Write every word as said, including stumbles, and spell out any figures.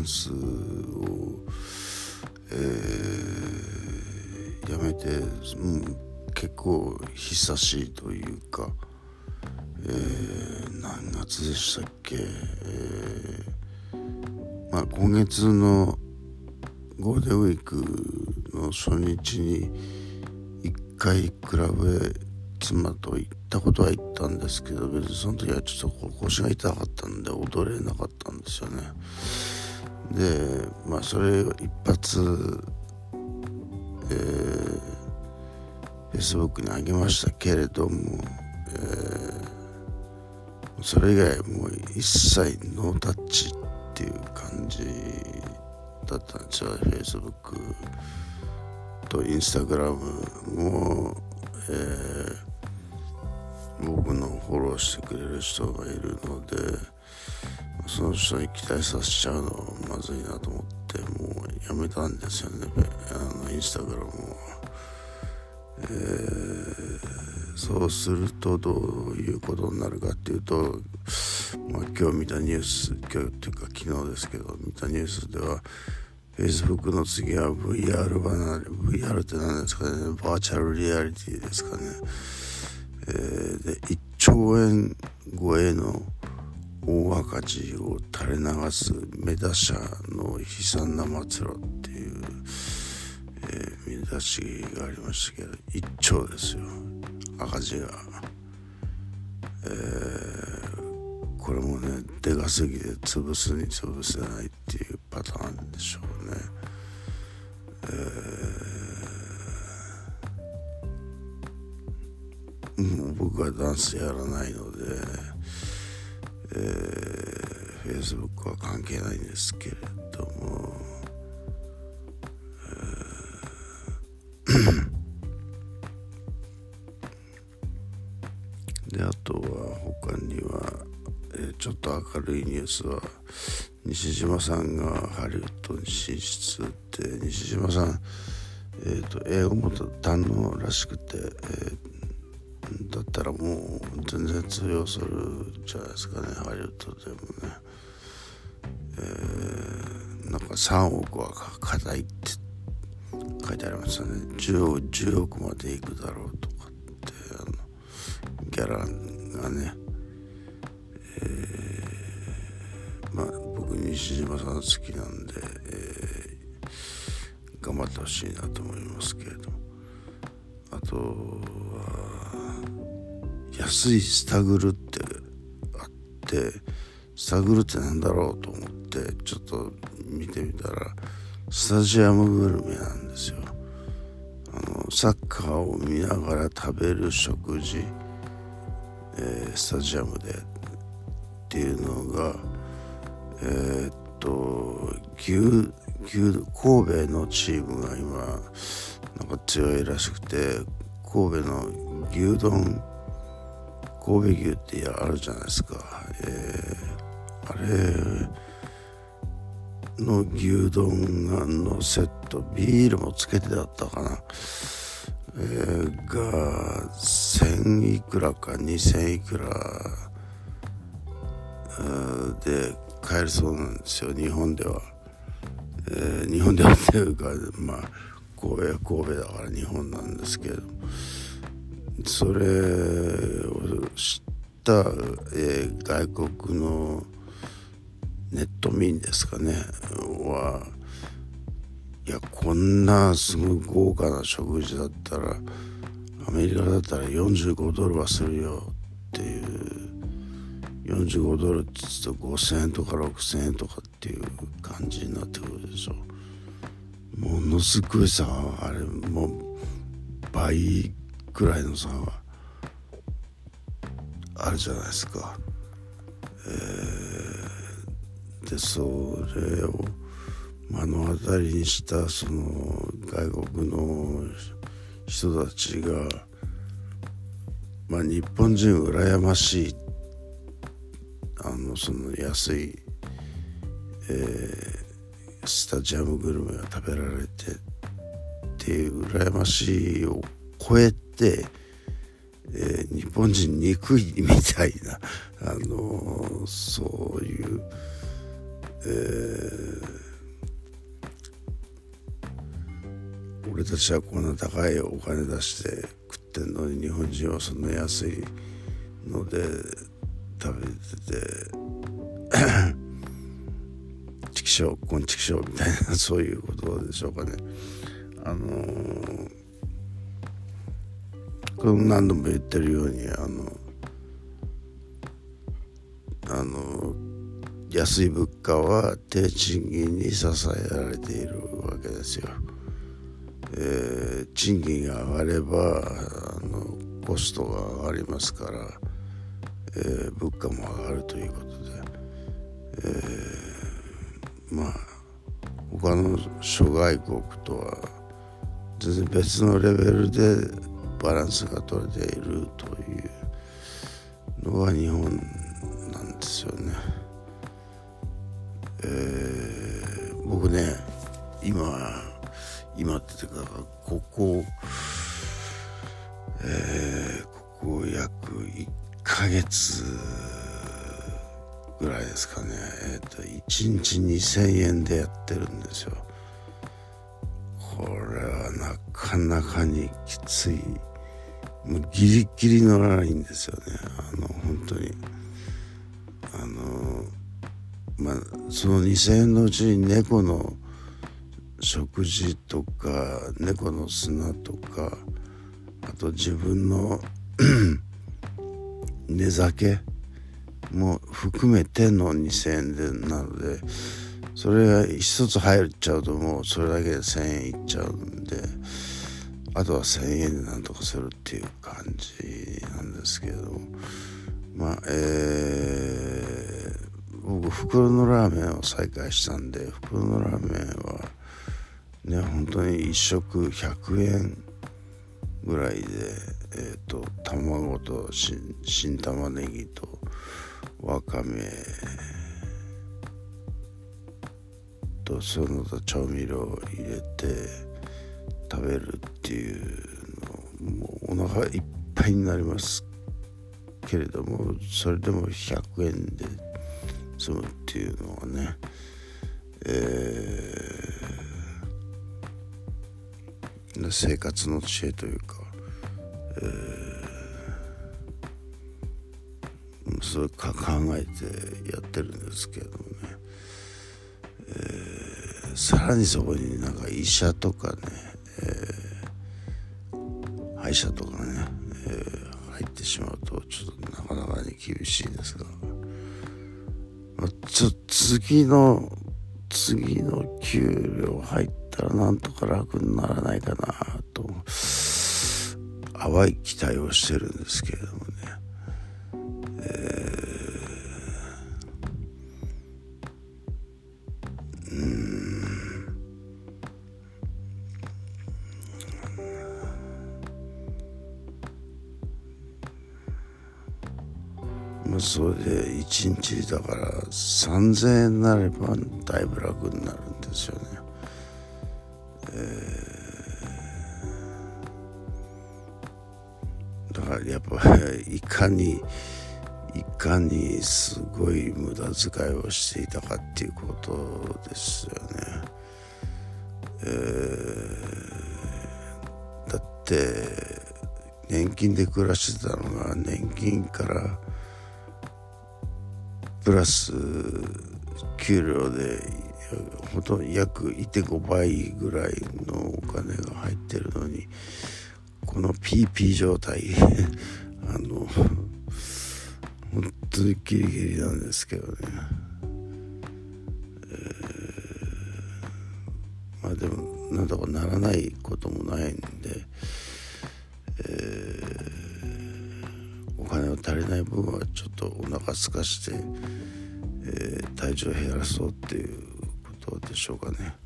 ンスを、えー、やめて、うん、結構久しいというか、えー、何月でしたっけ、えーまあ、今月のゴールデンウィークの初日に一回クラブへ妻と行ったことは行ったんですけど、別にその時はちょっと腰が痛かったんで踊れなかったんですよね。でまあそれを一発、えー、Facebook に上げましたけれども、えー、それ以外もう一切ノータッチっていう感じだったんですよ。 Facebook と Instagram も、えー、僕のフォローしてくれる人がいるので、その人に期待させちゃうのはまずいなと思ってもうやめたんですよね、あのインスタグラムを。えー、そうするとどういうことになるかっていうと、まあ、今日見たニュース、今日っていうか昨日ですけど見たニュースでは Facebook の次は ブイアール 離れ ブイアール って何ですかね、バーチャルリアリティですかね、えー、でいっちょうえん超えの大赤字を垂れ流すメダ社の悲惨な末路っていう、えー、見出しがありましたけど、いっちょうですよ、赤字が。えー、これもね、でかすぎて潰すに潰せないっていうパターンでしょうね。えー、もう僕はダンスやらないので、えー、Facebook は関係ないんですけれども、えーであとは他には、えー、ちょっと明るいニュースは西島さんがハリウッドに進出って、西島さん、えー、と英語も堪能らしくて、えー、だったらもう全然通用するじゃないですかね、ハリウッドでもね。えー、なんかさんおくは硬いって書いてありましたね。じゅうおく、じゅうおくまでいくだろうとかって、あのギャラがね、えー、まあ僕西島さん好きなんで、えー、頑張ってほしいなと思いますけれども、あとは安いスタグルってあって、スタグルってなんだろうと思ってちょっと見てみたらスタジアムグルメなんですよ。あのサッカーを見ながら食べる食事、えー、スタジアムでっていうのが、えー、っと牛牛神戸のチームが今なんか強いらしくて、神戸の牛丼、神戸牛ってあるじゃないですか、えー、あれの牛丼のセット、ビールもつけてだったかな、えー、がせんいくらかにせんいくらで買えるそうなんですよ、日本では。えー、日本ではっていうか、まあ神戸は神戸だから日本なんですけど、それを知った、えー、外国のネット民ですかねはいや、こんなすごい豪華な食事だったらアメリカだったらよんじゅうごドルはするよっていう、よんじゅうごドルって言うとごせんえんとかろくせんえんとかっていう感じになってくるでしょ。ものすごい差があれ、もう倍くらいの差があるじゃないですか。えー、でそれを目の当たりにしたその外国の人たちが、まあ日本人羨ましい、あのその安い、えー、スタジアムグルメが食べられてっていう羨ましいを超えて、えー、日本人憎いみたいな、あのー、そういう、 えー俺たちはこんな高いお金出して食ってんのに、日本人はそんな安いので食べてて畜生こん畜生みたいな、そういうことでしょうかね。あのー、これも何度も言ってるように、あのあの安い物価は低賃金に支えられているわけですよ。えー、賃金が上がればあのコストが上がりますから、えー、物価も上がるということで、えー、まあ他の諸外国とは全然別のレベルでバランスが取れているというのが日本なんですよね。えー、僕ね今今っていうかここ、えー、ここ約いっかげつぐらいですかね、えー、といちにちにせんえんでやってるんですよ。これはなかなかにきつい、もうギリギリのラインですよね。あの本当にあのまあそのにせんえんのうちに猫の食事とか猫の砂とか、あと自分の寝酒も含めてのにせんえんでなので、それが一つ入っちゃうともうそれだけでせんえんいっちゃうんで、あとはせんえんでなんとかするっていう感じなんですけれども、まあえー、僕袋のラーメンを再開したんで、袋のラーメンはね本当に一食ひゃくえんぐらいで、えーと卵と新、新玉ねぎとわかめとその他調味料を入れて食べるっていうの、もうお腹いっぱいになりますけれども、それでもひゃくえんで済むっていうのはね、えー、生活の知恵というか、えー、それか考えてやってるんですけれどもね、えー、さらにそこになんか医者とかね、えー、歯医者とかね、えー、入ってしまうとちょっとなかなかに厳しいですが、まあ、ちょ次の次の給料入ったらなんとか楽にならないかなと淡い期待をしてるんですけれどもね、えー、うーんまあそれでいちにちだからさんぜんえんになればだいぶ楽になるんですよね。えー、だからやっぱりいかにいかにすごい無駄遣いをしていたかっていうことですよね。えー、だって年金で暮らしてたのが年金からプラス給料でほとんど約 いってんご 倍ぐらいのお金が入ってるのに、この ピーピー 状態あの本当にギリギリなんですけどね、えー、まあでもなんとかならないこともないんで、えー、お金の足りない分はちょっとお腹空かして、えー、体重を減らそうっていうことでしょうかね。